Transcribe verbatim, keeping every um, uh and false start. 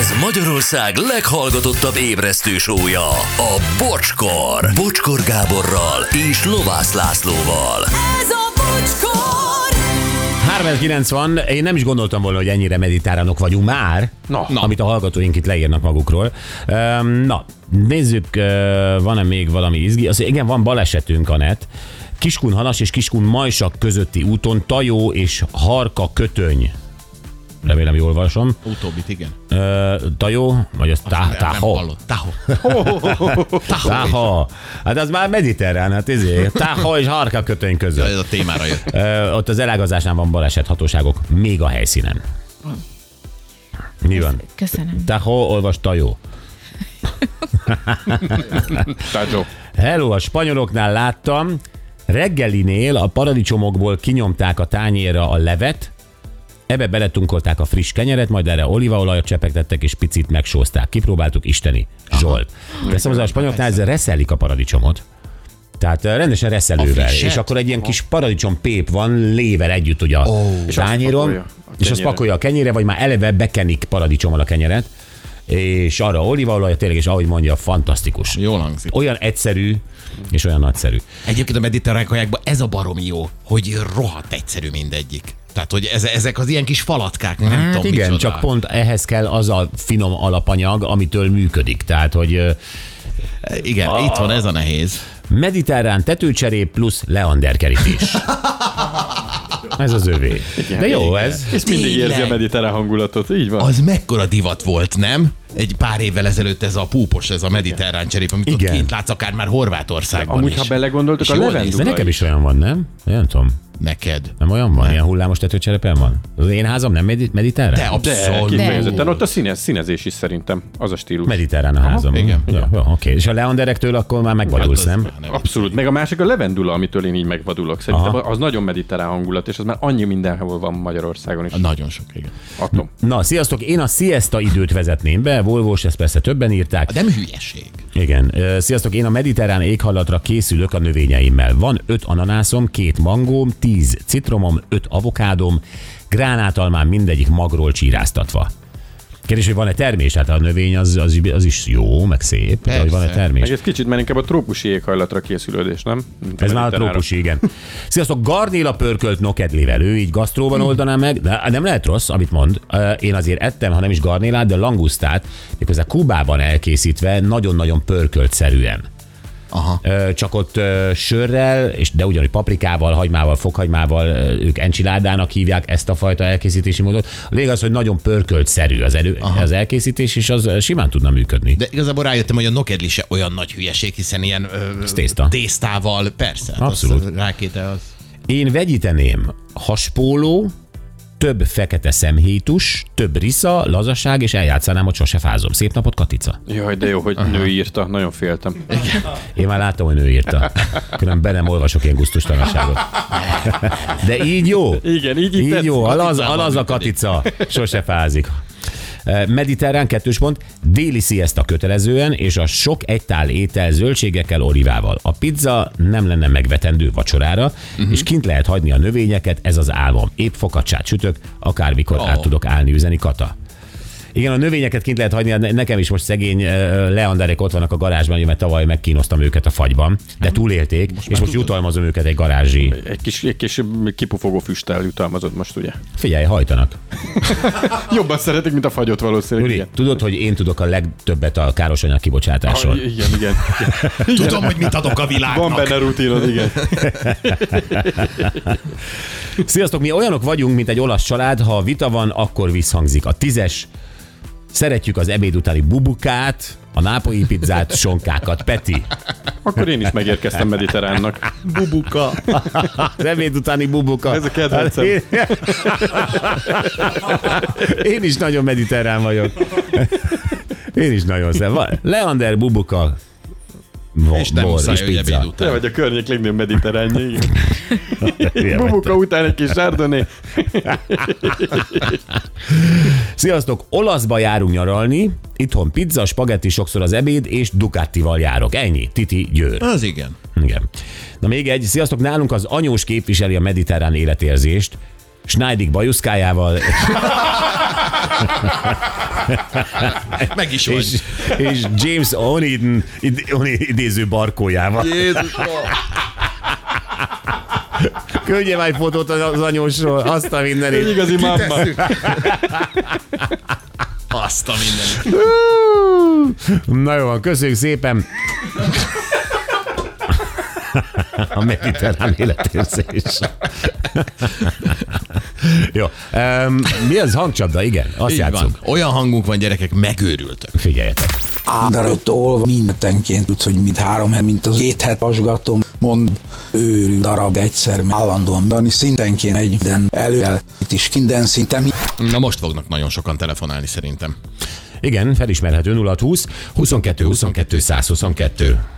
Ez Magyarország leghallgatottabb ébresztő show-ja, a Bocskor. Bocskor Gáborral és Lovász Lászlóval. Ez a Bocskor! háromszázkilencven, én nem is gondoltam volna, hogy ennyire mediterránok vagyunk már, Na. amit a hallgatóink itt leírnak magukról. Na, nézzük, van-e még valami izgi? Azt, igen, van balesetünk, Anett. Kiskun-Hanas és Kiskun-Majsak közötti úton Tajó és Harka kötöny. Remélem jól olvasom. Utóbbit, igen. Uh, Tajó, vagy az tá- Taho. Taho. Taho. Hát az már mediterrán, hát ezért. Taho és Harka kötöny között. Ez a témára jött. Uh, ott az elágazásnál van baleset hatóságok még a helyszínen. Mi van? Köszönöm. Taho, olvas Tajó. Tajó. Hello, a spanyoloknál láttam, reggelinél a paradicsomokból kinyomták a tányérra a levet, ebbe beletunkolták a friss kenyeret, majd erre olívaolajat csepegtettek, és picit megsózták. Kipróbáltuk, isteni. Zsolt. Teszem hozzá, a spanyoloknál ezzel reszelik a paradicsomot. Tehát rendesen reszelővel. És akkor egy ilyen kis paradicsom pép van lével együtt ugye a oh, tányéron, és azt pakolja a kenyére, vagy már eleve bekenik paradicsommal a kenyeret, és arra olívaolajat, tényleg, és ahogy mondja, fantasztikus. Jól hangzik. Olyan egyszerű, és olyan nagyszerű. Egyébként a mediterrán kajákban ez a baromi jó, hogy rohadt egyszerű mindegyik. Tehát, hogy ezek az ilyen kis falatkák, nem hát tudom, igen, micsoda. csak pont ehhez kell az a finom alapanyag, amitől működik. Tehát, hogy igen, a... itt van ez a nehéz. Mediterrán tetőcserép plusz leander kerítés. Ez az övé. De jó ez. És mindig Tényleg. érzi a mediterrán hangulatot, így van. Az mekkora divat volt, nem? Egy pár évvel ezelőtt ez a púpos, ez a mediterrán cserép, amit igen. ott kint látsz akár már Horvátországban Amúgy, is. ha belegondoltok, És a jól levendula De nekem is olyan van, nem? Nem tudom. Neked. Nem olyan van? Ilyen hullámos tetőcserepen van? Az én házam nem medi- mediterrán? De De, abszolút. kifejezetten. Ott a színez, színezés is szerintem, az a stílus. Mediterrán a házam. igen. Ja, jó, oké. És a leanderektől akkor már megvadulsz, Hát az- nem? nem. Abszolút. Meg a másik a levendula, amitől én így megvadulok. Szerintem Aha. az nagyon mediterrán hangulat, és az már annyi mindenhol van Magyarországon is. Nagyon sok, igen. Atom. Na, sziasztok, én a siesta időt vezetném be, Volvós, ezt persze többen írták. De nem hülyeség. Igen. Ö, Sziasztok, én a mediterrán éghajlatra készülök a növényeimmel. Van öt ananászom, két mangóm, tíz citromom, öt avokádom, gránátalmám mindegyik magról csíráztatva. Kérdés, hogy van-e termés? Hát a növény az, az, az is jó, meg szép, de hogy van-e termés? Meg ez kicsit már inkább a trópusi éghajlatra készülődés, nem? Mint Ez már a mediterránra. trópusi, igen. Sziasztok, garnéla pörkölt nokedlivel, ő így gasztróban oldaná meg, de nem lehet rossz, amit mond. Én azért ettem, ha nem is garnélát, de langusztát, méghozzá Kubában elkészítve, nagyon-nagyon pörkölt-szerűen. Aha. Csak ott sörrel, és de ugyanúgy paprikával, hagymával, fokhagymával, ők enchiladának hívják ezt a fajta elkészítési módot. A lényeg az, hogy nagyon pörkölt-szerű az, elő, az elkészítés, és az simán tudna működni. De igazából rájöttem, hogy a nokedli se olyan nagy hülyeség, hiszen ilyen ö, tészta. tésztával, persze. hát Abszolút. Az, rákéte az. Én vegyíteném haspóló, több fekete szemhétus, több risza, lazaság, és eljátszanám, hogy sose fázom. Szép napot, Katica! Jaj, de jó, hogy Aha. nő írta, nagyon féltem. Én már láttam, hogy nő írta. Különben be nem olvasok ilyen gusztustalanságot. De így jó. Igen, így itt Így jó, a laz, a Katicával laz a működik. Katica. Sose fázik. Mediterrán kettős pont, déli siesta kötelezően, és a sok egytál étel zöldségekkel, olivával. A pizza nem lenne megvetendő vacsorára, uh-huh. és kint lehet hagyni a növényeket, ez az álmom. Épp fokacsát sütök, akármikor oh. át tudok állni, üzeni Kata. Igen, a növényeket kint lehet hagyni, nekem is most szegény leanderek ott vannak a garázsban, mert tavaly megkínoztam őket a fagyban, de túlélték, most és most jutalmazom őket egy garázsi. Egy kis, egy kis kipufogó füsttel jutalmazod most, ugye? Figyelj, hajtanak. Jobban szeretik, mint a fagyot valószínűleg. Uri, tudod, hogy én tudok a legtöbbet a károsanyag kibocsátásról? Ah, igen, igen. Tudom, hogy mit adok a világnak. Van benne rutinod, igen. Sziasztok, mi olyanok vagyunk, mint egy olasz család, ha vita van, akkor visszhangzik. A tízes, szeretjük az ebéd utáni bubukát, a nápolyi pizzát, sonkákat. Peti. Akkor én is megérkeztem mediterránnak. Bubuka. Az ebéd utáni bubuka. Ez a kedvencem. Én, én is nagyon mediterrán vagyok. Én is nagyon szem. Leander, bubuka, És nem bor muszáj, és hogy ebéd pizza. Te után. vagy a környék legnagyobb mediterránja, igen. Ilyen Bubuka után egy kis chardonnay. Sziasztok, olaszba járunk nyaralni, itthon pizza, spagetti, sokszor az ebéd, és Ducatival járok. Ennyi, Titi Győr. Az igen. Igen. Na még egy, sziasztok, nálunk az anyós képviseli a mediterrán életérzést, Schneidig bajuszkájával. Meg is vagy. És, és James O'Neill idéző barkójával. Jézusom. Küldjem egy fotót az anyósról, azt a mindenit. Igazi mamma. Azt a mindenit. Na jó van, köszönjük szépen. A mediterrán életérzés. Jó. Um, mi az hangcsapda? Igen, azt Így játszunk. van. Olyan hangunk van, gyerekek, megőrültök. Figyeljetek. Ádarot olva mindentenként tudsz, hogy mint három hét, mint az két het vasgatom, mond őrű darab egyszer, állandóan dani szintenként egy minden előel, itt is minden szinten. Na most fognak nagyon sokan telefonálni szerintem. Igen, felismerhető nulla húsz huszonkettő huszonkettő száz huszonkettő.